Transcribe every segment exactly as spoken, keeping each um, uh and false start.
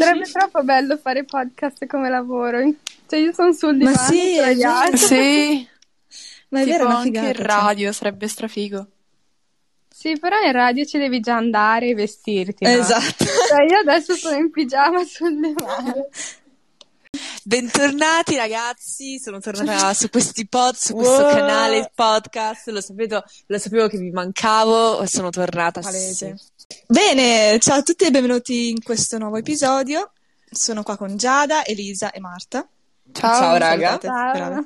Sarebbe troppo bello fare podcast come lavoro. Cioè io sono sul divano Ma sì, è vero. Sì, Ma è tipo vero, è una anche figata, il cioè. radio sarebbe strafigo. Sì, però in radio ci devi già andare e vestirti, no? Esatto. Cioè io adesso sono in pigiama sul divano. Bentornati ragazzi, sono tornata su questi pod, su questo Wow. canale podcast, lo sapevo, lo sapevo che vi mancavo, sono tornata. Palese. Sì. Bene, ciao a tutti e benvenuti in questo nuovo episodio. Sono qua con Giada, Elisa e Marta. Ciao, Ciao, raga. Salutate, Ciao. brave.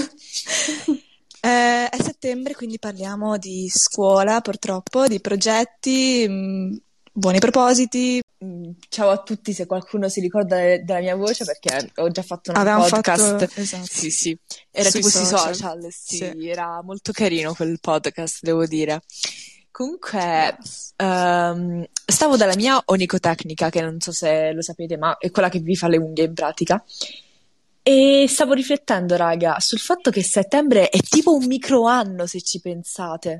Eh, è settembre, quindi parliamo di scuola, purtroppo, di progetti, mh, buoni propositi. Mm, Ciao a tutti, se qualcuno si ricorda de- della mia voce, perché ho già fatto un Avevamo podcast. fatto- esatto. Sì, sì, era Sui tipo sui social. social, sì, Sì. era molto carino quel podcast, devo dire. Comunque, ehm, stavo dalla mia onicotecnica, che non so se lo sapete, ma è quella che vi fa le unghie in pratica. E stavo riflettendo, raga, sul fatto che settembre è tipo un micro anno, se ci pensate.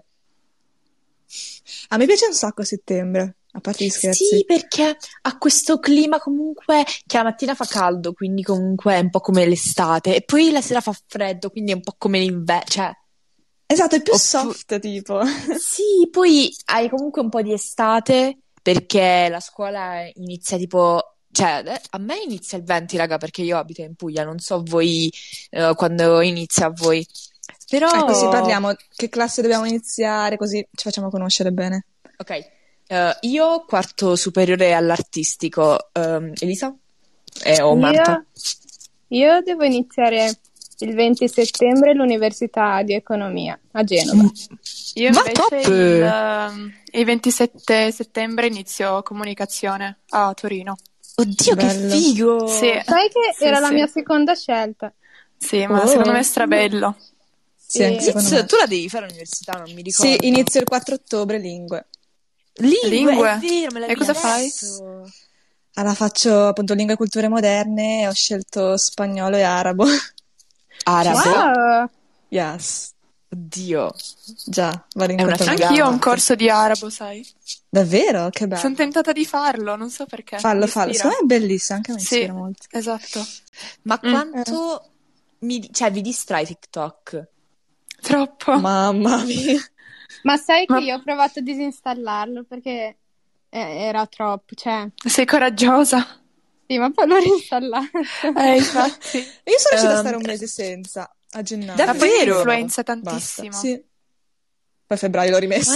A me piace un sacco settembre, a parte gli scherzi. Sì, perché ha questo clima comunque che la mattina fa caldo, quindi comunque è un po' come l'estate, e poi la sera fa freddo, quindi è un po' come l'inverno, cioè, Esatto, è più Oppu- soft, tipo. sì, poi hai comunque un po' di estate, perché la scuola inizia tipo, cioè, eh, a me inizia il venti, raga, perché io abito in Puglia, non so voi eh, quando inizia a voi, però... Eh, così parliamo, che classe dobbiamo iniziare, così ci facciamo conoscere bene. Ok, eh, io quarto superiore all'artistico, ehm, Elisa? Eh, o Marta? Io, io devo iniziare il venti settembre l'università di economia a Genova. Io Ma invece top! il, ehm, il ventisette settembre inizio comunicazione a Torino. Oddio, che Bello. figo! Sì, Sai che sì, era la sì. mia seconda scelta. Sì, ma Oh. secondo me è strabello. Sì, anche Sì. secondo Liz, me. tu la devi fare all'università, non mi ricordo. Sì, inizio il quattro ottobre, lingue. Lingue, Lingue? è vero, me l'avevi E cosa detto. fai? Allora faccio appunto lingue e culture moderne e ho scelto spagnolo e arabo. Arabo? Wow. Yes, Oddio. già, vado in È una contatto. figata. Anch'io ho un corso di arabo, sai? Davvero? Che bello. Sono tentata di farlo, non so perché. Fallo, mi fallo. ispira. Secondo me è bellissimo, anche a me Sì, ispira molto. esatto. Ma Mm. quanto mi, cioè, vi distrae TikTok? Troppo. Mamma mia. Ma sai che Ma- io ho provato a disinstallarlo perché eh, era troppo, cioè, Sei coraggiosa. sì, ma poi l'ho reinstallato. Eh, infatti. Io sono riuscita a Ehm, stare un mese senza, a gennaio. Davvero? Ma poi mi Vero? influenza Basta. tantissimo. Sì. Poi a febbraio l'ho rimesso.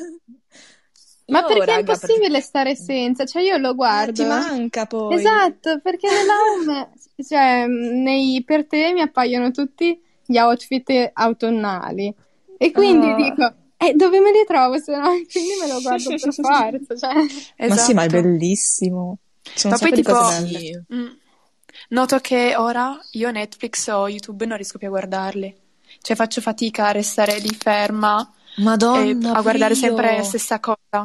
Ma Io, perché è raga, impossibile stare senza? Cioè io lo Eh, ti guardo. manca poi. Esatto, perché nella home, cioè, nei per te mi appaiono tutti gli outfit autunnali. E quindi Oh. dico, eh, dove me li trovo se no? Quindi me lo guardo per forza, cioè. Ma sì, ma è Esatto. bellissimo. Ci sono Ma un sacco poi di tipo- cose belle. Sì. Mm. Noto che ora io Netflix o YouTube non riesco più a guardarli. Cioè faccio fatica a restare lì ferma e Madonna, a guardare pure sempre la io. stessa cosa.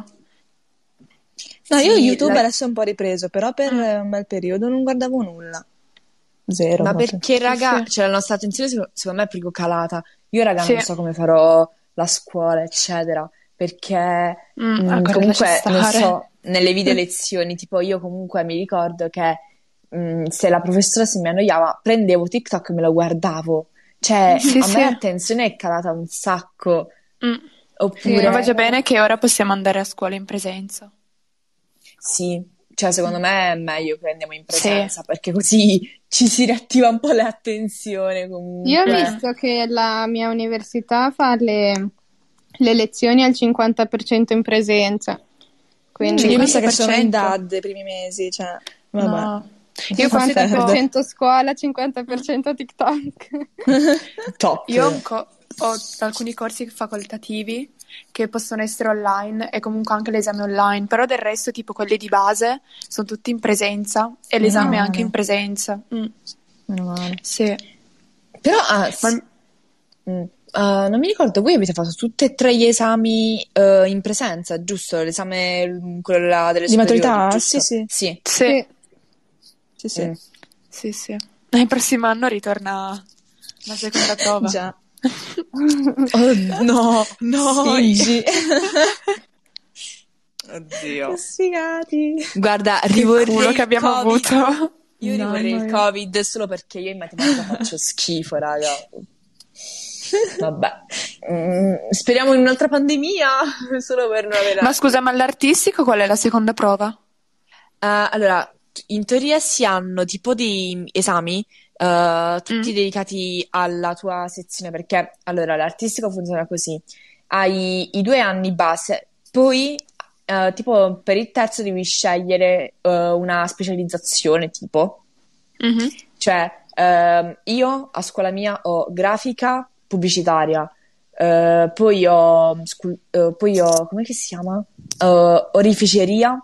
No, io Sì, YouTube la- adesso è un po' ripreso, però per Mm. un bel periodo non guardavo nulla. Zero. Ma proprio. perché, raga, sì. cioè, la nostra attenzione secondo, secondo me è proprio calata. Io, raga, Sì. non so come farò la scuola, eccetera, perché Mm, mm, ancora lascia comunque, non stare. so, nelle video lezioni, tipo io comunque mi ricordo che mm, se la professoressa mi annoiava, prendevo TikTok e me lo guardavo. Cioè, Sì, a sì. me l'attenzione è calata un sacco. Mm. Oppure, Ma va già bene che ora possiamo andare a scuola in presenza. sì, cioè secondo me è meglio che andiamo in Sì. presenza, perché così ci si riattiva un po' l'attenzione comunque. Io ho visto che la mia università fa le, le lezioni al cinquanta per cento in presenza. Quindi Cioè, io mi sa che sono in cinquanta per cento. D A D i primi mesi, cioè, vabbè. No. Io forse faccio tipo- cinquanta per cento scuola, cinquanta per cento TikTok. Top. Io ho, un co- ho alcuni corsi facoltativi che possono essere online e comunque anche l'esame online, però del resto tipo quelli di base sono tutti in presenza e l'esame è male. anche in presenza. Mm. Meno male. Sì. Però, ah, s- Ma- mm, ah, non mi ricordo, voi avete fatto tutti e tre gli esami eh, in presenza, giusto? L'esame, mm, quello là delle Di superiori, maturità? giusto? Sì, sì. Sì. Sì, Sì, sì. Mm. sì, sì. Il prossimo anno ritorna la seconda prova. Già. Oh, no, no. Figgi. Oddio. Che sfigati. Guarda, Che rivorrei culo il che abbiamo Covid. avuto. Io rivorrei Mamma il mia. Covid solo perché io in matematica faccio schifo, raga. Vabbè. Mm, speriamo in un'altra pandemia, solo per non avere... Ma scusa, ma all'artistico qual è la seconda prova? Eh, allora, in teoria si hanno tipo dei esami, eh, tutti Mm. dedicati alla tua sezione, perché allora l'artistico funziona così: hai i due anni base, poi eh, tipo per il terzo devi scegliere eh, una specializzazione, tipo, Mhm. cioè ehm, io a scuola mia ho grafica pubblicitaria, eh, poi ho, scul- eh, poi ho, come che si chiama? Eh, orificeria.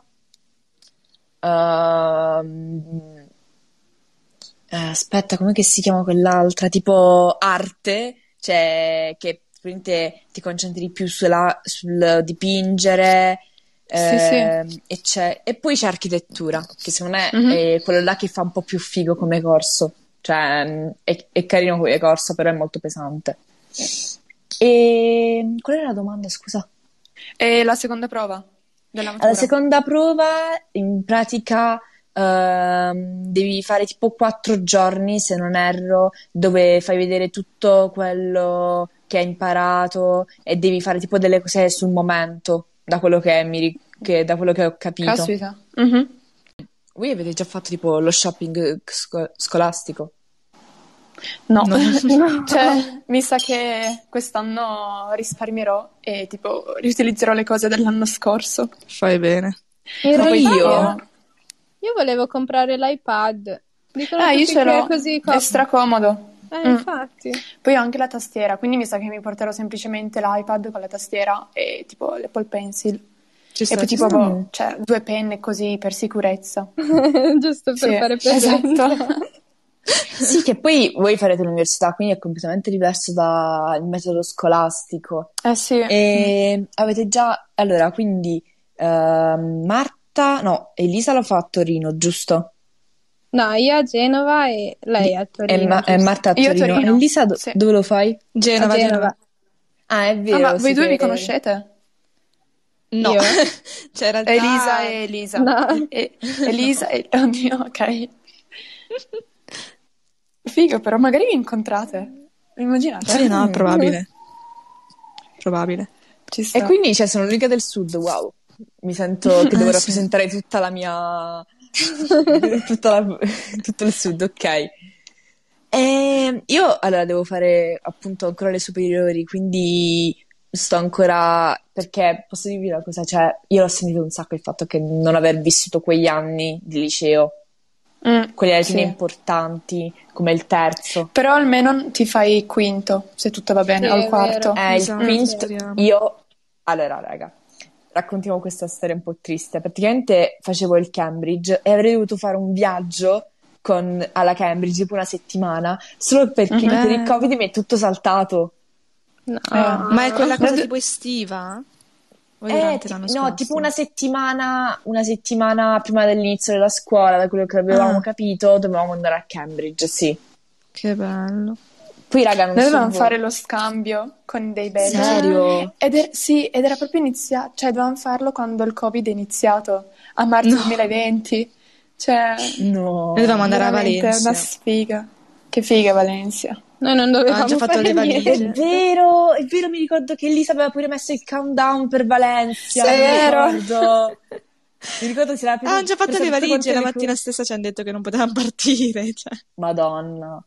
Ehm, eh, aspetta, come che si chiama quell'altra? Tipo arte, cioè che praticamente ti concentri più sulla- sul dipingere, Sì, sì. ehm, e, c'è- e poi c'è architettura, che secondo me Mhm. è quello là che fa un po' più figo come corso. Cioè, mh, è, è carino come corso, però è molto pesante. E qual era la domanda, scusa? E la seconda prova della Alla matura? seconda prova, in pratica, ehm, devi fare tipo quattro giorni, se non erro, dove fai vedere tutto quello che hai imparato e devi fare tipo delle cose sul momento, da quello che mi ri- che- da quello che ho capito. Caspita. Mhm. Voi avete già fatto tipo lo shopping sco- scolastico? No, No. cioè mi sa che quest'anno risparmierò e tipo riutilizzerò le cose dell'anno scorso. Fai bene. In Ma poi realtà tipo... io? io volevo comprare l'iPad. Dicono Ah, io tutti ce che è l'ho, così è co- stracomodo. Eh, Mm. infatti. Poi ho anche la tastiera, quindi mi sa che mi porterò semplicemente l'iPad con la tastiera e tipo l'Apple Pencil. Ci E sta, poi ci tipo, sta. boh, cioè, due penne così per sicurezza. Giusto Sì, per fare presenza. esatto. Sì, che poi voi farete l'università, quindi è completamente diverso dal metodo scolastico. Eh sì. E avete già, allora, quindi ehm, Marta, no, Elisa lo fa a Torino, giusto? No, io a Genova e lei Li- a e, Torino, Ma- e giusto? Marta a Io a Torino. E Torino, Elisa do- sì. dove lo fai? A Genova, Genova. Genova. Ah, è Ah, ma vero, voi due vi siete... conoscete? No. Io? Cioè, in Elisa realtà... e Elisa. No. E- Elisa e... Oddio, ok. Figo, però magari vi incontrate. Immaginate? Sì, no, probabile. Probabile. Ci E sta. quindi, cioè, sono l'unica del sud, wow. Mi sento che devo Eh, sì. rappresentare tutta la mia... tutta la- tutto il sud, ok. E io, allora, devo fare appunto ancora le superiori, quindi sto ancora... Perché posso dirvi una cosa, cioè, io l'ho sentito un sacco il fatto che non aver vissuto quegli anni di liceo, Mm, quelli alla fine sì. importanti, come il terzo. Però almeno ti fai quinto, se tutto va bene, Sì, o il è quarto. vero. Eh, il Esatto, quinto, speriamo. io... Allora, raga, raccontiamo questa storia un po' triste. Praticamente facevo il Cambridge e avrei dovuto fare un viaggio con, alla Cambridge tipo una settimana, solo perché Mhm. per il Bello. Covid mi è tutto saltato. No. Eh. Ma è quella cosa Noi- tipo estiva? O Eh, durante ti- l'anno no, scolastico? tipo una settimana, una settimana prima dell'inizio della scuola, da quello che avevamo Ah, capito, dovevamo andare a Cambridge, sì. che bello. Poi, raga, non Noi so dovevamo voi. fare lo scambio con dei belgi. Serio? Ed er- sì, ed era proprio iniziato, cioè dovevamo farlo quando il Covid è iniziato, a marzo No, duemilaventi. Cioè, noi dovevamo No. andare a veramente una Valencia. sfiga. Che figa Valencia. Noi non Avevamo già dovevamo fatto fare le È niente. valigie. vero, è vero, mi ricordo che Elisa aveva pure messo il countdown per Valencia, È mi vero. ricordo. Mi ricordo si era preso, Avevamo già fatto presa le tutte valigie, quante la le mattina cose. stessa ci hanno detto che non potevamo partire. Cioè. Madonna.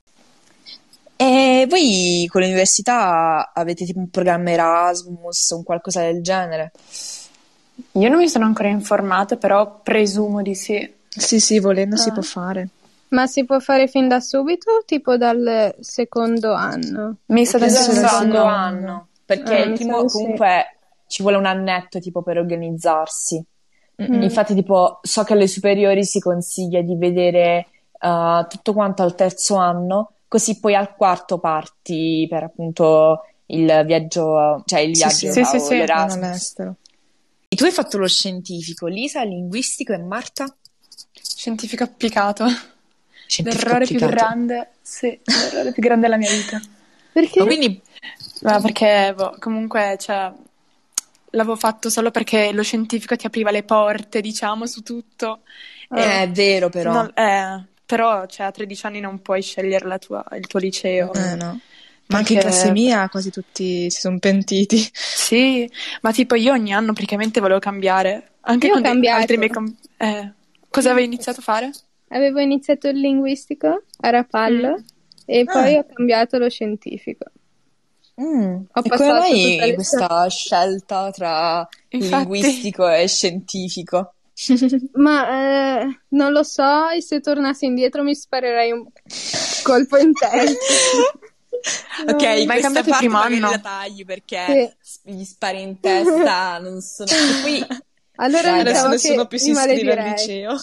E voi con l'università avete tipo un programma Erasmus, un qualcosa del genere? Io non mi sono ancora informata, però presumo di sì. Sì, sì, volendo si Ah. può fare. Ma si può fare fin da subito, tipo dal secondo anno? Mi sa del Penso Dal del secondo secondo anno. anno, perché Ah, il mi sa primo di sì. comunque ci vuole un annetto tipo per organizzarsi. Mm. Infatti, tipo, so che alle superiori si consiglia di vedere eh, tutto quanto al terzo anno, così poi al quarto parti per appunto il viaggio, cioè il Sì, viaggio, sì, Sì, sì, o sì. vanno l'Erasmus. all'estero. E tu hai fatto lo scientifico, Lisa, linguistico e Marta? Scientifico applicato. Scientifico L'errore più applicato. grande, sì, l'errore più grande della mia vita. Perché? Ma quindi, Ma perché, boh, comunque, cioè, l'avevo fatto solo perché lo scientifico ti apriva le porte, diciamo, su tutto. Eh, E è vero però. non- eh, però, cioè, a tredici anni non puoi scegliere la tua- il tuo liceo. Eh no. Ma anche in Perché- classe mia quasi tutti si sono pentiti. Sì, ma tipo io ogni anno praticamente volevo cambiare. Anche Io ho con dei- cambiato. altri miei com- eh, Cosa avevi iniziato a fare? Avevo iniziato il linguistico a Rapallo Mm. e poi Ah. ho cambiato lo scientifico. Mm. Ho E come passato tutte mai le- questa scelta tra Infatti. linguistico e scientifico? Ma eh, non lo so, e se tornassi indietro mi sparerei un colpo in testa. Ok, Ma hai questa cambiato il parte primo magari anno? la tagli perché gli spari in testa non sono... E poi... Allora Raga. Adesso diciamo nessuno che più si mi iscrive al maledirei. liceo.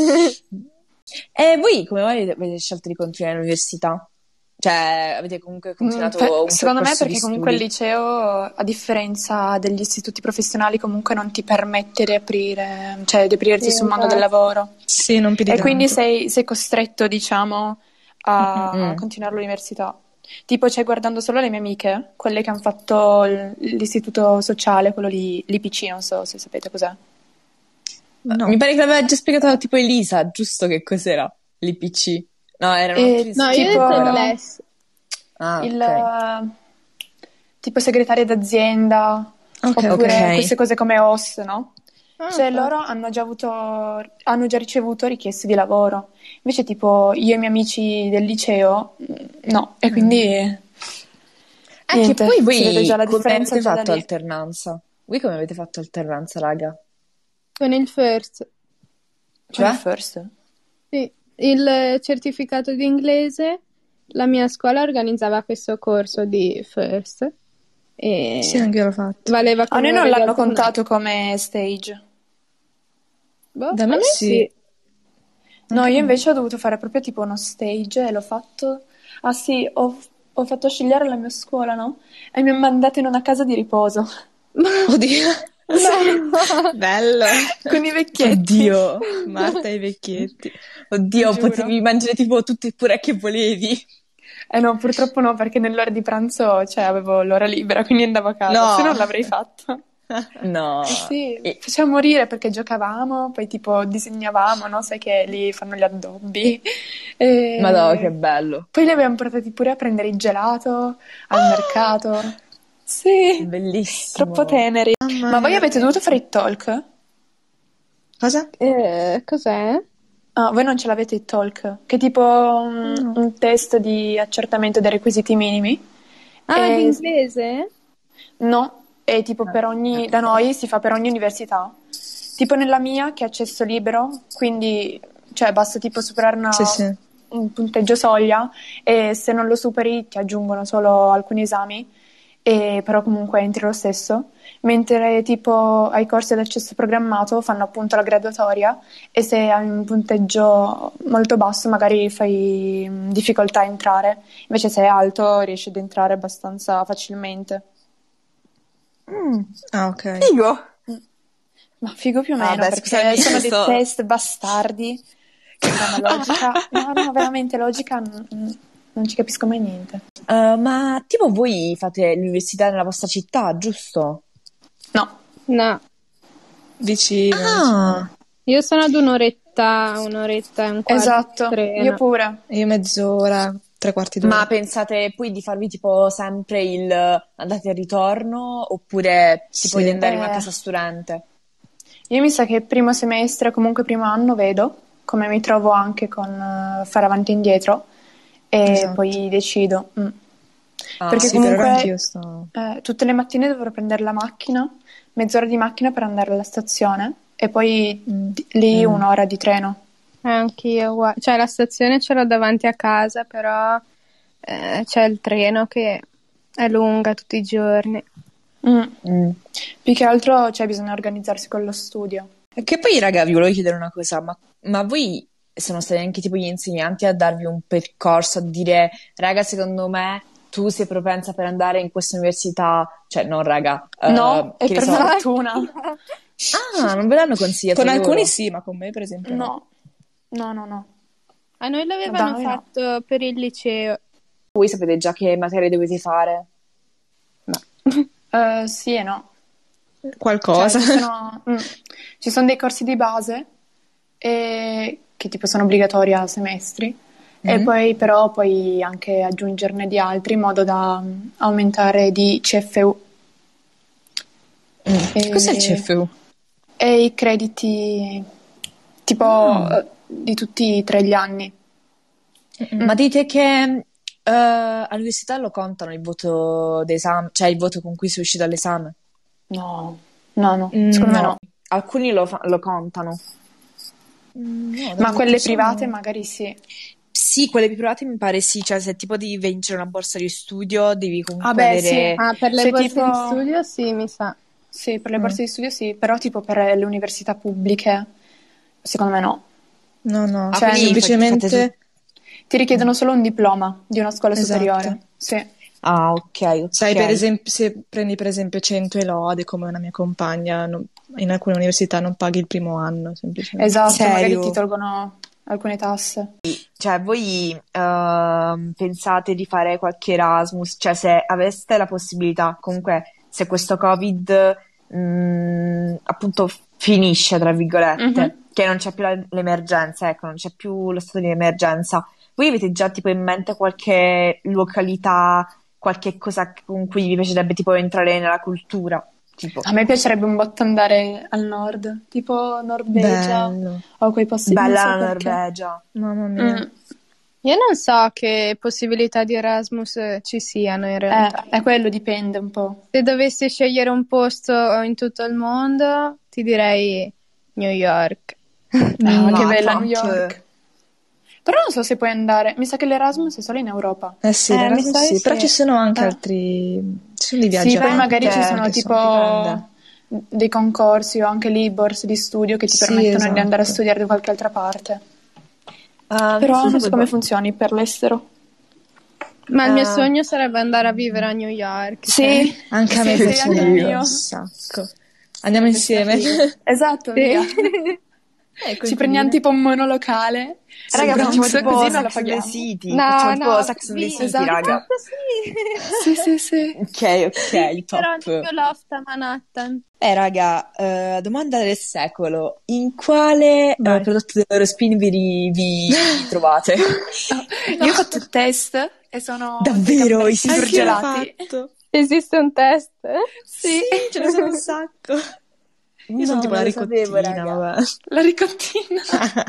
E voi come mai avete scelto di continuare all'università? Cioè, avete comunque continuato Mm, per- un secondo me percorso perché di comunque il studi? liceo, a differenza degli istituti professionali, comunque non ti permette di aprire, cioè di aprirti Sì, sul mondo del infatti. lavoro. Sì, non più di E quindi tanto. sei, sei costretto, diciamo, a Mm-mm. continuare l'università. Tipo, cioè, guardando solo le mie amiche, quelle che hanno fatto l- l'istituto sociale, quello lì, l'I P C, non so se sapete cos'è. No. Mi pare che l'aveva già spiegato tipo Elisa, giusto che cos'era l'I P C? No, erano Eh, altri No, io ho Tipo- detto il Tipo- less. Ah, il, ok. tipo segretaria d'azienda, Ok, oppure ok. queste cose come O S, no? Ah, Cioè ok. loro hanno già avuto, hanno già ricevuto richieste di lavoro. Invece tipo io e i miei amici del liceo, mm, no. E quindi Eh, che niente, poi si vede voi già la come differenza avete già da fatto lì. alternanza? Voi come avete fatto alternanza, raga? Con il first. Con il Cioè? first. Sì, il certificato di inglese, la mia scuola organizzava questo corso di first e Sì, anche io l'ho fatto. valeva A come noi non ore di l'hanno alternanza. contato come stage. Boh, Da a me me sì. sì. No, Anche io a me. invece ho dovuto fare proprio tipo uno stage e l'ho fatto. Ah sì, ho, ho fatto scegliere la mia scuola, no? E mi hanno mandato in una casa di riposo. Oddio. No. Bello. Con i vecchietti. Oddio, Marta e i vecchietti. oddio, Giuro. potevi mangiare tipo tutto e pure che volevi. Eh no, purtroppo no, perché nell'ora di pranzo, cioè, avevo l'ora libera, quindi andavo a casa, se no No. l'avrei fatto. No. Eh sì, E- faceva morire perché giocavamo, poi tipo disegnavamo, no? Sai che lì fanno gli addobbi. E Madò, che bello. poi li abbiamo portati pure a prendere il gelato al mercato. Sì, Bellissimo. troppo teneri. Mamma Ma voi mia. avete dovuto fare il talk? Cosa? Eh, cos'è? Ah, voi non ce l'avete il talk? Che è tipo un, No. un test di accertamento dei requisiti minimi. Ah, E- di inglese? No, è tipo per ogni, da noi si fa per ogni università. Tipo nella mia che è accesso libero, quindi cioè basta tipo superare una- Sì, sì. un punteggio soglia e se non lo superi ti aggiungono solo alcuni esami, e però comunque entri lo stesso. Mentre tipo ai corsi ad accesso programmato fanno appunto la graduatoria e se hai un punteggio molto basso magari fai mm, difficoltà a entrare, invece se è alto riesci ad entrare abbastanza facilmente. Mm, Ah, ok. figo. Ma figo più o Ah, meno, beh, perché scusami, sono dei sto- test bastardi che fanno logica. No, no, veramente logica non, non ci capisco mai niente. Eh, ma tipo voi fate l'università nella vostra città, giusto? No, No, Vicino. Ah, io sono ad un'oretta, un'oretta e un quarto esatto, di treno. io pure. Io mezz'ora, tre quarti d'ora. ma pensate poi di farvi tipo sempre il andate e ritorno oppure tipo Sì. di andare in una Eh. casa studente? Io mi sa che primo semestre, comunque primo anno, vedo come mi trovo anche con eh, fare avanti e indietro e Esatto. poi decido. Mm. Ah, Perché sì, per ora comunque anch'io sto... eh, tutte le mattine dovrò prendere la macchina, mezz'ora di macchina per andare alla stazione e poi di- lì Mm. un'ora di treno. Eh, Anch'io, gua- cioè la stazione ce l'ho davanti a casa, però eh, c'è il treno che è lunga tutti i giorni. Mm. Mm. Più che altro, cioè, bisogna organizzarsi con lo studio. E che poi, raga, vi volevo chiedere una cosa, ma, ma voi sono stati anche tipo gli insegnanti a darvi un percorso, a dire, raga, secondo me tu sei propensa per andare in questa università, cioè, no, raga, eh, No, e che ne per so. fortuna. Ah, non ve l'hanno consigliato Con loro? alcuni sì, ma con me per esempio no. No, no, no, no. A noi Da l'avevano noi no. fatto per il liceo. Voi sapete già che materie dovete fare? Eh, sì e no. Cioè, Qualcosa. ci sono, mm, ci sono dei corsi di base e- che tipo sono obbligatori a semestri e Mhm. poi però puoi anche aggiungerne di altri in modo da mm, aumentare di C F U Mm. Cos'è il e, C F U? e i crediti tipo Ah. eh, di tutti e tre gli anni. Mm. Ma dite che eh, all'università lo contano il voto d'esame, cioè il voto con cui sei uscito all'esame? No, no, no, Mm, secondo me no. no. Alcuni lo, fa- lo contano. Mm, no, da Ma dove quelle sono- private magari sì. Sì, quelle più private mi pare sì, cioè se tipo devi vincere una borsa di studio devi Ah comunque beh, sì. avere... Ah, per le Se borse tipo di studio sì, mi sa. sì, per le Mm. borse di studio sì, però tipo per le università pubbliche, secondo me no. No, no, Ah, Cioè, quindi fa- fate su... semplicemente... ti richiedono solo un diploma di una scuola Esatto. superiore. Sì. Ah, ok, Sai, per ok. esempio, se prendi per esempio cento e lode, come una mia compagna, non- in alcune università non paghi il primo anno, semplicemente. Esatto, magari ti Serio? tolgono alcune tasse. Cioè, voi ehm, pensate di fare qualche Erasmus? Cioè, se aveste la possibilità, comunque, se questo Covid mh, appunto finisce, tra virgolette, Mhm. che non c'è più la- l'emergenza, ecco, non c'è più lo stato di emergenza, voi avete già tipo in mente qualche località, qualche cosa con cui vi piacerebbe tipo entrare nella cultura? Tipo, A me piacerebbe un botto andare al nord, tipo Norvegia Bello, o quei posti, non bella so la perché. Norvegia. mamma mia. Mm. Io non so che possibilità di Erasmus eh, ci siano in realtà. Eh, è quello, dipende un po'. Se dovessi scegliere un posto in tutto il mondo, ti direi New York. Ah, Mm, che Ma bella New top. York. Però non so se puoi andare, mi sa che l'Erasmus è solo in Europa. Eh sì, Eh, mi l'Erasmus sa di sì, però sì. ci sono anche Eh. altri... Ci sono dei viaggi Sì, a poi magari ci parte sono che tipo dipende. dei concorsi o anche lì borse di studio che ti Sì, permettono di andare a esatto. studiare da qualche altra parte. Eh, non Però so se non so voi... come funzioni per l'estero. Ma il mio eh, sogno sarebbe andare a vivere a New York. cioè. Sì, Anche a me sì, sì, anche il piacerebbe mio. un sacco. Andiamo Sarebbe insieme. strafigo. Esatto, via. Sì. Eh, Ci prendiamo coinquilina. tipo un monolocale sul raga, facciamo Bronx, tipo così non lo Sex and the paghiamo. City. No, Facciamo tipo no, Sex and the vi, City, vi raga. porto sì. Sì, sì, sì. Ok, Vi ok, metterò nel top. mio loft a Manhattan. Eh, raga, eh, domanda del secolo. In quale eh, Vai. prodotto dell'Eurospin vi, ri- vi trovate? Io ho fatto il test e sono dei Davvero? gamberetti Esiste? Anch'io l'ho surgelati. fatto. Esiste un test? Sì, Sì, ce ne sono un sacco. Io sono No, tipo non la lo sapevo, ricottina, raga. vabbè. la ricottina.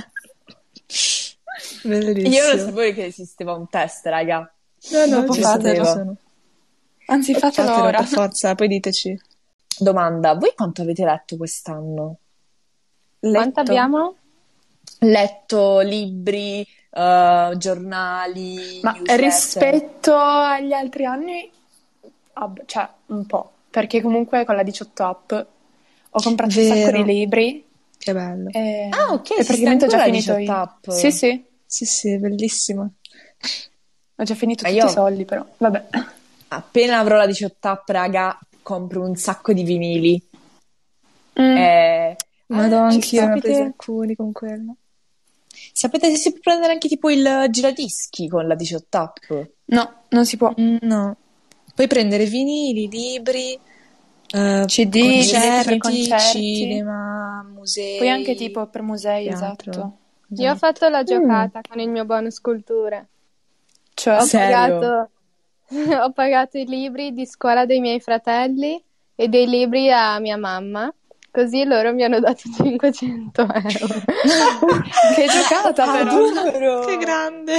Io non Bellissimo. sapevo che esisteva un test, raga. No, no, Dopo ci Non lo sono, ci fatelo. sapevo. sono. Anzi, fatelo Fatelo ora. per forza, poi diteci. Domanda, voi quanto avete letto quest'anno? Quanto Letto. abbiamo? Letto libri, eh, giornali, Ma newsletter? rispetto agli altri anni, ah, cioè un po', perché comunque con la diciotto app ho comprato un sacco di Vero. libri Che bello. e, Ah, ok, e esiste praticamente ho già ancora la finito diciotto i... app. Sì, sì, Sì, sì, è bellissimo. ho già finito Ma tutti i io soldi però, vabbè. appena avrò la diciotto app, raga, compro un sacco di vinili. Mm, Eh, Madonna, eh, anch'io ne ho presi sapete, alcuni con quello. sapete se si può prendere anche tipo il giradischi con la diciotto app? no, non si può. Mm, no. Puoi prendere vinili, libri, eh, C D, biglietti per concerti, concerti, cinema, poi anche musei, tipo per musei, teatro. esatto. Io ho Esatto. fatto la Mm, giocata con il mio bonus culture. Cioè, Ho serio? pagato, ho pagato i libri di scuola dei miei fratelli e dei libri a mia mamma, così loro mi hanno dato cinquecento euro. che giocata Ma però. Che adoro! grande.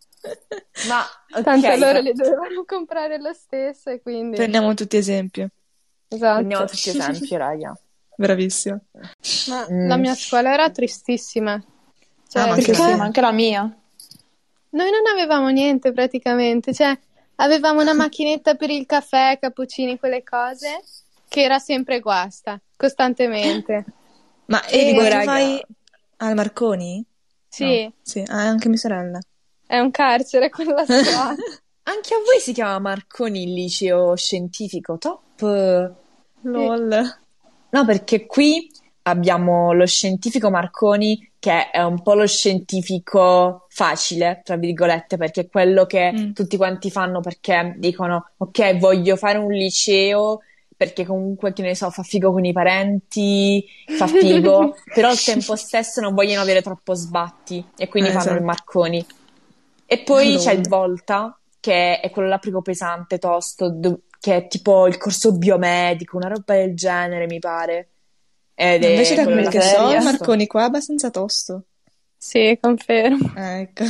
Ma Tanto ok, loro fa- li dovevano comprare lo stesso e quindi... Prendiamo tutti esempio. prendiamo Esatto. tutti esempio, raga. Bravissimo. Ma la Mm. mia scuola era tristissima. Ah, Cioè, ma anche la Perché? perché Ma mia. anche la mia. noi non avevamo niente praticamente. Cioè, avevamo una macchinetta per il caffè, cappuccini, quelle cose, che era sempre guasta, costantemente. Ma E eri Tipo, quando raga, vai al Marconi? No. sì, Sì, ah, anche mia sorella. è un carcere quella scuola. anche a voi si chiama Marconi il liceo scientifico? Top! Sì. Lol. No, perché qui abbiamo lo scientifico Marconi, che è un po' lo scientifico facile, tra virgolette, perché è quello che Mm. tutti quanti fanno perché dicono, ok, voglio fare un liceo perché comunque, che ne so, fa figo con i parenti, fa figo, però al tempo stesso non vogliono avere troppo sbatti e quindi Eh, fanno il esatto. marconi. E poi c'è il Lol. Volta, che è quello là proprio pesante, tosto, do- che è tipo il corso biomedico, una roba del genere, mi pare. Ed Invece è da quello quel là che so, il miseria. tosto. Marconi qua è abbastanza tosto. Sì, confermo. Eh, ecco.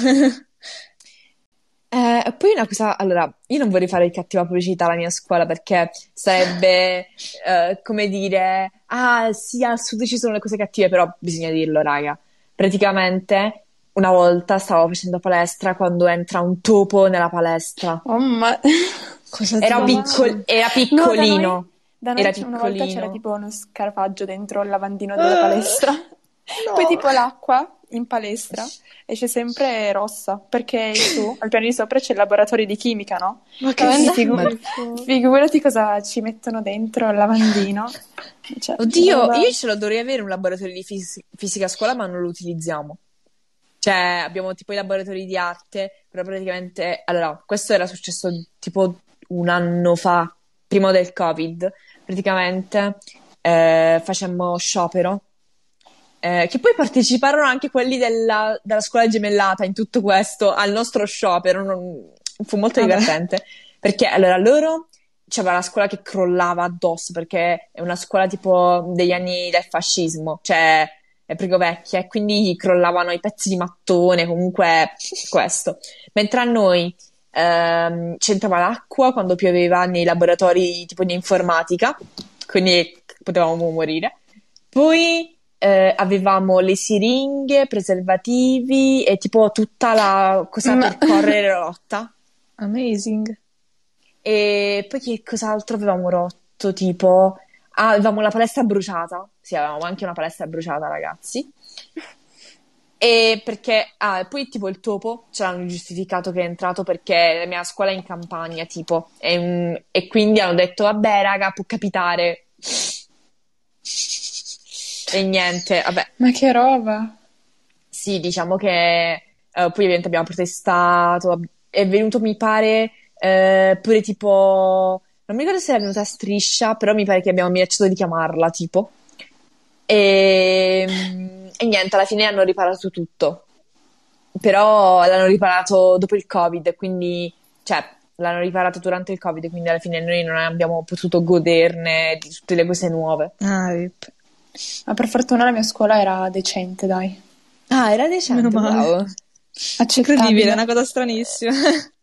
Eh, poi una cosa, allora, io non vorrei fare cattiva pubblicità alla mia scuola perché sarebbe, eh, come dire, ah sì, al sud ci sono le cose cattive, però bisogna dirlo, raga. Praticamente, una volta stavo facendo palestra quando entra un topo nella palestra. Oh, ma... Cosa Era, No, dici? piccol- era no, da noi, piccolino, da noi era c'è- una volta c'era piccolino. tipo uno scarafaggio dentro il lavandino della Ah, palestra. Poi no. tipo l'acqua in palestra esce sempre rossa, perché su, al piano di sopra c'è il laboratorio di chimica, no? Ma che Quindi Guarda. figu- schifo. figurati cosa ci mettono dentro il lavandino. Cioè, Oddio, roba- io ce lo dovrei avere un laboratorio di fisi- fisica a scuola, ma non lo utilizziamo. Cioè, abbiamo tipo i laboratori di arte, però praticamente, allora, questo era successo tipo un anno fa, prima del Covid. Praticamente eh, facemmo sciopero, eh, che poi parteciparono anche quelli della, della scuola gemellata in tutto questo, al nostro sciopero. non- Fu molto Vabbè. divertente, perché allora loro c'era la scuola che crollava addosso, perché è una scuola tipo degli anni del fascismo, cioè è proprio vecchia, e quindi gli crollavano i pezzi di mattone, comunque questo. Mentre a noi ehm, c'entrava l'acqua quando pioveva nei laboratori tipo di informatica, quindi potevamo morire. Poi eh, avevamo le siringhe, preservativi e tipo tutta la cosa Ma- per correre rotta. Amazing. E poi che cos'altro avevamo rotto? Tipo, ah, avevamo la palestra bruciata. Sì, avevamo anche una palestra bruciata, ragazzi. E perché, ah, e poi tipo il topo ce l'hanno giustificato che è entrato perché la mia scuola è in campagna, tipo, e, mm, e quindi hanno detto, vabbè, raga, può capitare. E niente, vabbè, Ma che roba! sì, diciamo che eh, poi ovviamente abbiamo protestato, è venuto, mi pare, eh, pure tipo, non mi ricordo se è venuta Striscia, però mi pare che abbiamo minacciato di chiamarla, tipo. E, e niente, alla fine hanno riparato tutto. Però l'hanno riparato dopo il Covid, quindi, cioè, l'hanno riparato durante il Covid, quindi alla fine noi non abbiamo potuto goderne di tutte le cose nuove. Ah, rip. Ma per fortuna la mia scuola era decente, dai. Ah, era decente, Meno male. bravo. Accettabile. Incredibile, è una cosa stranissima.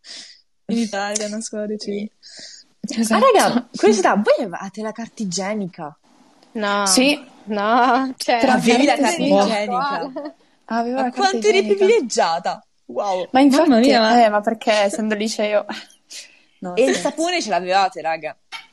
In Italia, una scuola decente. Ah, Esatto. raga, curiosità, voi avevate la carta igienica? No. Sì. No, cioè, Tra Avevi la parentesi, carta sì. igienica? Avevo Ma la carta quanto eri igienica. privilegiata? Wow. Ma infatti, Mamma mia, ma- eh, ma perché essendo liceo... No, E il scherzo. sapone ce l'avevate, raga?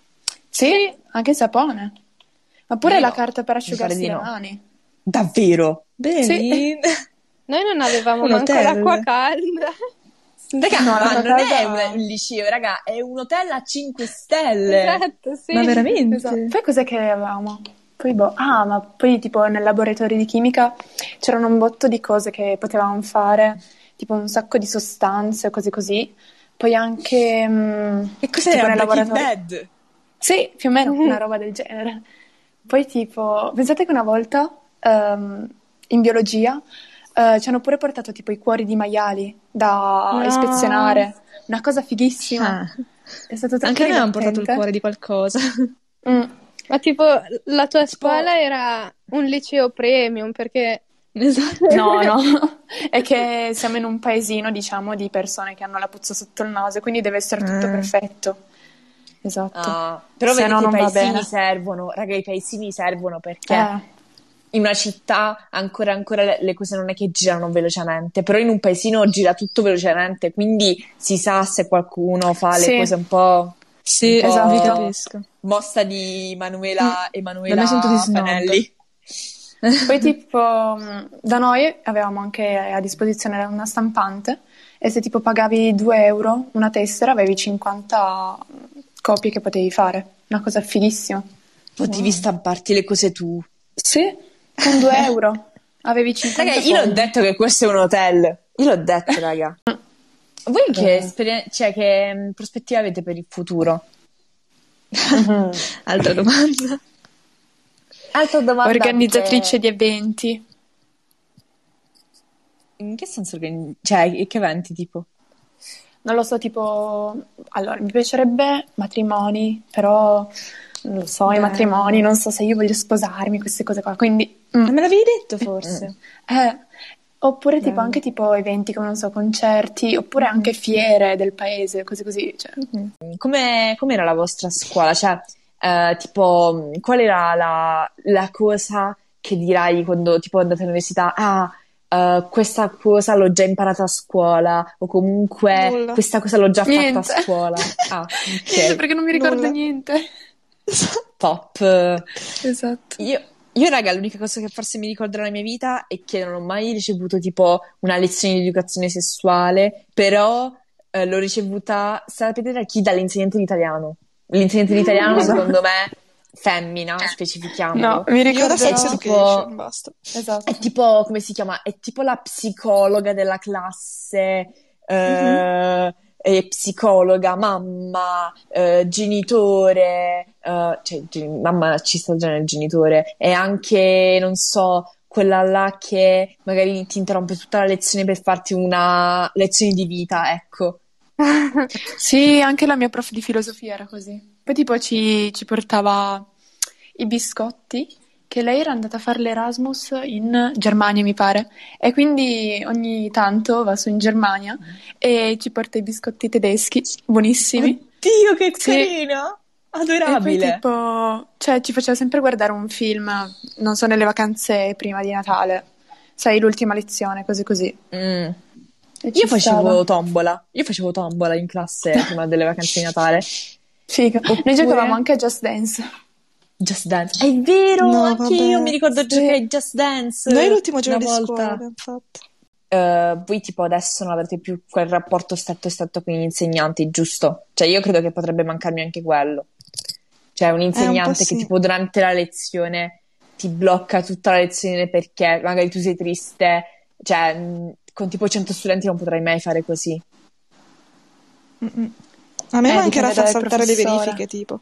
Sì, anche il sapone. Ma pure Io la no, carta per mi pare asciugarsi di le no. mani. Davvero? Vedi? noi non avevamo Un manco hotel. l'acqua calda. Raga, No, ma l'acqua non è calda- un, un liceo, raga, è un hotel a cinque stelle. Esatto, sì. Ma veramente? Esatto. Poi cos'è che avevamo? Poi boh, ah, ma poi tipo nel laboratorio di chimica c'erano un botto di cose che potevamo fare, tipo un sacco di sostanze, cose così. Poi anche mm, Che tipo cos'era? nel Breaking laboratorio. Bad? Sì, più o meno una roba del genere. Poi tipo, pensate che una volta ehm, in biologia eh, ci hanno pure portato tipo i cuori di maiali da No. ispezionare, una cosa fighissima. Ah. È stato troppo Anche a me hanno portato il divertente. cuore di qualcosa. Mm. Ma tipo, la tua Tipo- scuola era un liceo premium, perché... Esatto. No, no, è che siamo in un paesino, diciamo, di persone che hanno la puzza sotto il naso, quindi deve essere tutto Ah. perfetto. Esatto. Ah, però Se vedete, no i non va paesini bene. servono, raga, i paesini servono perché Eh, in una città ancora ancora le, le cose non è che girano velocemente, però in un paesino gira tutto velocemente, quindi si sa se qualcuno fa Sì. le cose un po', Sì, un po' esatto. vi capisco. mossa di Manuela Emanuela Da me sono tutti snob. Fanelli. Poi tipo mh, da noi avevamo anche a disposizione una stampante e se tipo pagavi due euro una tessera avevi cinquanta copie che potevi fare, una cosa fighissima. Potevi stamparti le cose tu. Sì, con due euro avevi cinquanta Raga, io l'ho fogli. detto che questo è un hotel. Io l'ho detto, raga. Voi che, Eh. esperien- cioè, che mh, prospettive avete per il futuro? Mhm. Altra domanda. Altra domanda Organizzatrice che- di eventi. In che senso organi- cioè, che eventi tipo? Non lo so, tipo... Allora, mi piacerebbe matrimoni, però non lo so, i Bello. matrimoni, non so se io voglio sposarmi, queste cose qua, quindi... mm. Ma me l'avevi detto forse? Eh, oppure tipo Bello. anche tipo eventi come, non so, concerti, oppure anche fiere del paese, cose così, cioè... Come com'era la vostra scuola? Cioè, eh, tipo, qual era la, la cosa che dirai quando tipo andate all'università? Ah, eh, questa cosa l'ho già imparata a scuola, o comunque Nulla. questa cosa l'ho già fatta a Niente. scuola. Ah, Niente, ok, perché non mi ricordo Nulla. niente. top. Esatto. Io, io, raga, l'unica cosa che forse mi ricordo della mia vita è che non ho mai ricevuto tipo una lezione di educazione sessuale, però eh, l'ho ricevuta, sapete da chi? Dall'insegnante di italiano. L'insegnante di italiano, secondo me, femmina, specifichiamolo. No, mi Io da ricorderò... sex È education, tipo, basta. Esatto. è tipo, come si chiama? È tipo la psicologa della classe, eh, è psicologa, mamma, eh, genitore, eh, cioè gen- mamma ci sta già nel genitore, e anche, non so, quella là che magari ti interrompe tutta la lezione per farti una lezione di vita, ecco. Sì, anche la mia prof di filosofia era così. Poi tipo ci, ci portava i biscotti, che lei era andata a fare l'Erasmus in Germania, mi pare, e quindi ogni tanto va su in Germania e ci porta i biscotti tedeschi, buonissimi. Oddio, che Sì. carina! E poi Adorabile! tipo, cioè ci faceva sempre guardare un film, non so, nelle vacanze prima di Natale, sai, l'ultima lezione, cose così. Mm. E ci Io facevo stava. tombola, io facevo tombola in classe prima delle vacanze di Natale. Figa. Noi Oppure- giocavamo anche a Just Dance. Just Dance. È vero, No, anche io vabbè. mi ricordo Sì. giocare a Just Dance Noi l'ultimo giorno una di scuola volta. abbiamo fatto. Eh, voi tipo adesso non avete più quel rapporto stretto e stretto con gli insegnanti, giusto? Cioè io credo che potrebbe mancarmi anche quello. Cioè un insegnante sì. che tipo durante la lezione ti blocca tutta la lezione perché magari tu sei triste. Cioè mh, con tipo cento studenti non potrai mai fare così. Mm-mm. A me Eh, mancherà dipende far dal saltare le professore. verifiche, tipo.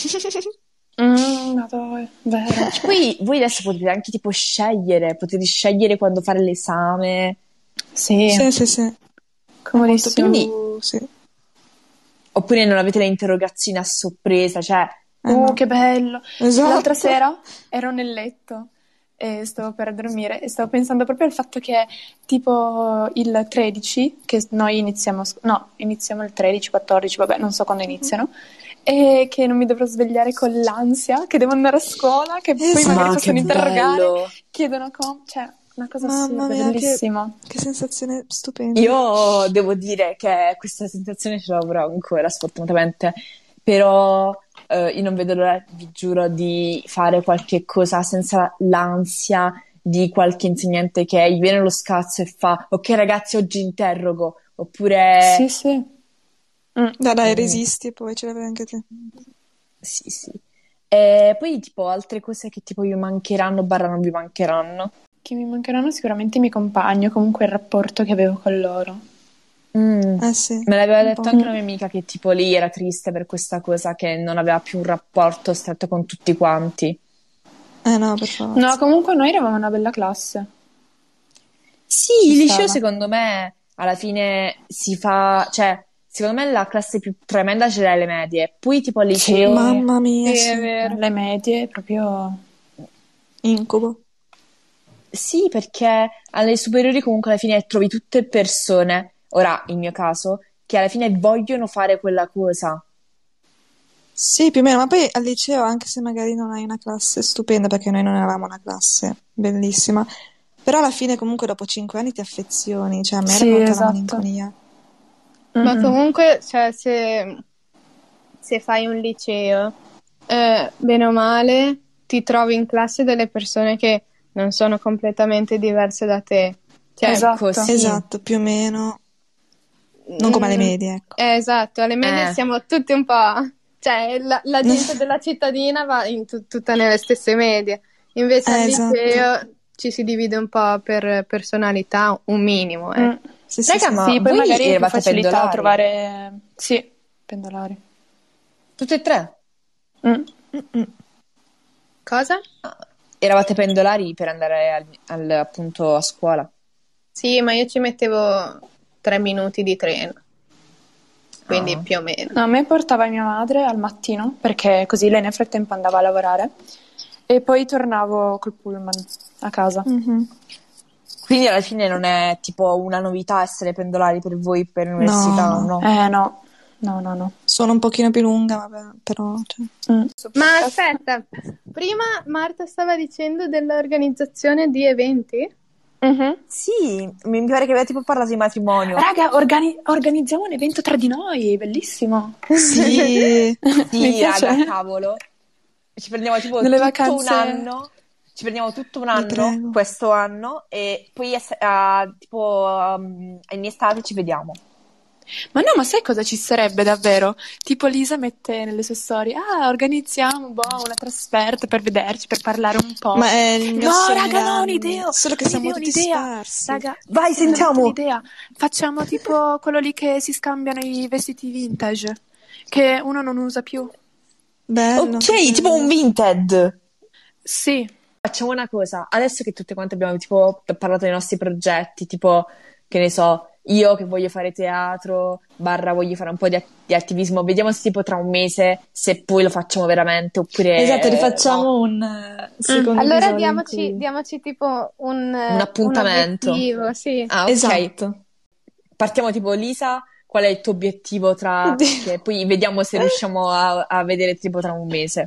Mm, madonna, vero. Poi voi adesso potete anche tipo scegliere, potete scegliere quando fare l'esame, Sì, Sì, sì, sì. È molto comodissimo. Quindi- più... Sì. oppure non avete le interrogazioni a sorpresa, cioè Eh, Uh, no. che bello. Esatto. L'altra sera ero nel letto e stavo per dormire e stavo pensando proprio al fatto che tipo il tredici, che noi iniziamo, sc- no, iniziamo il tredici, quattordici, vabbè, non so quando iniziano, e che non mi dovrò svegliare con l'ansia, che devo andare a scuola, che poi Esatto. magari ma possono che interrogare, bello! chiedono com, cioè, una cosa Mamma assurda, mia, che, bellissima. che sensazione stupenda. Io devo dire che questa sensazione ce l'avrò ancora, sfortunatamente, però eh, io non vedo l'ora, vi giuro, di fare qualche cosa senza l'ansia di qualche insegnante che gli viene lo scazzo e fa: ok ragazzi, oggi interrogo, oppure Sì, sì. Mm. Dai, dai, Mm. resisti e poi ce l'avevi anche te. sì, sì. E poi tipo altre cose che tipo vi mancheranno, barra non vi mancheranno. Che mi mancheranno sicuramente i miei compagni, o comunque il rapporto che avevo con loro. Mm. Eh sì. Me l'aveva un detto po'. anche una mia amica che tipo lì era triste per questa cosa, che non aveva più un rapporto stretto con tutti quanti. Eh no, per forza. No, comunque noi eravamo una bella classe. Sì, Ci il liceo stava. secondo me alla fine si fa, cioè, secondo me la classe più tremenda ce l'hai alle medie, poi tipo al Sì. liceo, Mamma mia, Sì, è sì. vero. Le medie proprio... Incubo. sì, perché alle superiori comunque alla fine trovi tutte persone, ora il mio caso, che alla fine vogliono fare quella cosa. Sì, più o meno, ma poi al liceo, anche se magari non hai una classe stupenda, perché noi non avevamo una classe bellissima, però alla fine comunque dopo cinque anni ti affezioni, cioè a me Sì, era venuta esatto. la malinconia. Ma Mm-mm. comunque, cioè, se, se fai un liceo, eh, bene o male, ti trovi in classe delle persone che non sono completamente diverse da te. Cioè, Esatto. Ecco, sì. Esatto, più o meno, non come alle mm, medie, ecco. eh, esatto, alle medie Eh. siamo tutti un po'... Cioè, la, la gente della cittadina va in tu- tutta nelle stesse medie. Invece Eh, al esatto. liceo ci si divide un po' per personalità, un minimo, eh. Mm. Sì, sì, Raga, sì. ma Sì, poi voi magari hai più eravate facilità a pendolari? trovare... Sì, pendolari. Tutte e tre? Mm. Mm-mm. Cosa? Eravate pendolari per andare al- al- appunto a scuola? Sì, ma io ci mettevo tre minuti di treno, quindi Ah. più o meno. No, a me portava mia madre al mattino, perché così lei nel frattempo andava a lavorare, e poi tornavo col pullman a casa. Mhm. Quindi alla fine non è tipo una novità essere pendolari per voi per l'università, No, no? Eh no, no, no, no. Sono un pochino più lunga, vabbè, però... cioè. Mm. Ma aspetta, prima Marta stava dicendo dell'organizzazione di eventi? Mhm. Sì, mi pare che aveva tipo parlato di matrimonio. Raga, organi- organizziamo un evento tra di noi, bellissimo. Sì, Mi Sì, piace. raga, cavolo. Ci prendiamo tipo Nelle tutto vacanze- un anno. Ci prendiamo tutto un Vi anno, prego. questo anno, e poi a, a- tipo um, in estate ci vediamo. Ma no, ma sai cosa ci sarebbe davvero? Tipo Lisa mette nelle sue storie, ah, organizziamo boh, una trasferta per vederci, per parlare un po'. ma è il mio No, sogno raga, da no, anni. un'idea. Solo che siamo un'idea, tutti un'idea. sparsi. Raga, Vai, ho sentiamo. un'idea. Facciamo tipo quello lì che si scambiano i vestiti vintage, che uno non usa più. Bello. Ok, tipo un Vinted. Sì. Facciamo una cosa, adesso che tutte quante abbiamo tipo parlato dei nostri progetti, tipo, che ne so, io che voglio fare teatro, barra voglio fare un po' di, at- di attivismo, vediamo se tipo tra un mese se poi lo facciamo veramente oppure Esatto, no. rifacciamo un eh, secondo Allora episodio in diamoci, cui- diamoci tipo un, Un appuntamento. un obiettivo, sì. Ah, ok. Esatto. Partiamo tipo, Lisa, qual è il tuo obiettivo tra... Oddio. che poi vediamo se riusciamo a, a vedere tipo tra un mese.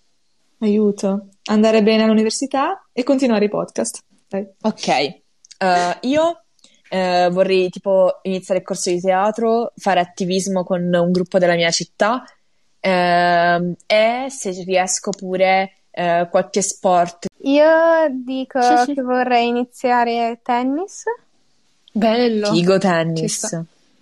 Aiuto. Andare bene all'università e continuare i podcast. Dai. Ok, eh, io eh, vorrei tipo iniziare il corso di teatro, fare attivismo con un gruppo della mia città ehm, e se riesco pure eh, qualche sport. Io dico che vorrei iniziare tennis Bello. Figo Ci tennis. sta.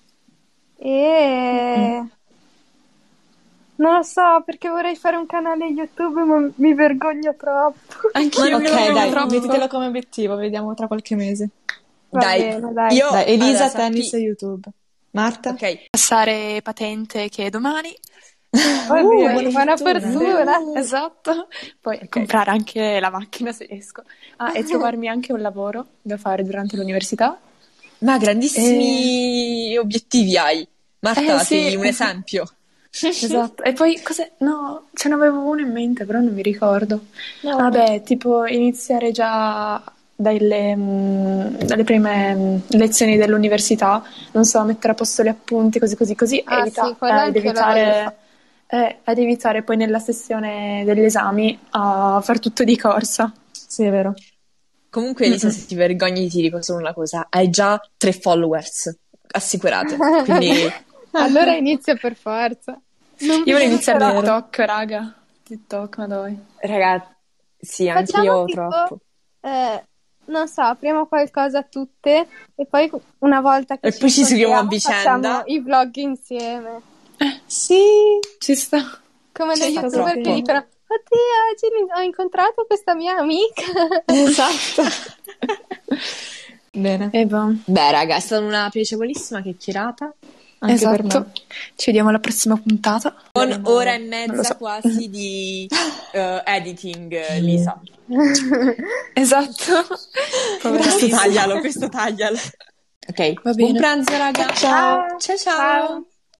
e non lo so perché vorrei fare un canale YouTube, ma mi vergogno troppo. Anch'io Ok, mi vergogno dai, troppo. mettitelo come obiettivo, vediamo tra qualche mese. Va Dai, bene, dai. io Dai, Elisa, allora, sappi- tennis e YouTube. Marta? Ok, Passare patente che è domani. Oddio, Uh, buona buona fortuna. fortuna. Uh, esatto. Poi comprare anche la macchina se riesco. Ah, e trovarmi anche un lavoro da fare durante l'università. ma grandissimi obiettivi hai. Marta, Eh, sì. sei un esempio. Esatto. E poi cos'è? No, ce n'avevo uno in mente, però non mi ricordo. Vabbè, tipo iniziare già dalle, mm, dalle prime mm, lezioni dell'università, non so, mettere a posto gli appunti, così così così, Ah, evita- sì, quello eh, anche ad io lo voglio evitare, eh, ad evitare poi nella sessione degli esami a far tutto di corsa. Sì, è vero. Comunque, Elisa, se ti vergogni, ti dico solo una cosa: hai già tre followers assicurate. Quindi, Allora inizio per forza. Non Io voglio vedo iniziare però. TikTok, raga. TikTok, ma dai. ragazzi, sì, anche Facciamo io tipo, troppo. eh, non so, apriamo qualcosa tutte e poi una volta che E poi ci seguiamo a incontriamo, vicenda. facciamo i vlog insieme. Sì. Ci sta. Come Ci le sta youtuber troppo. che dicono: oddio, oggi ni- ho incontrato questa mia amica. Esatto. Bene, E boh. Beh, raga, è stata una piacevolissima chiacchierata. anche per Esatto. me. Ci vediamo alla prossima puntata. Con Vedremo- ora e non lo mezza so. quasi di eh, editing, eh, Lisa. Esatto. Povera Questo Lisa. taglialo, questo taglialo. Ok, Va buon bene. pranzo, raga. Ciao. Ciao ciao.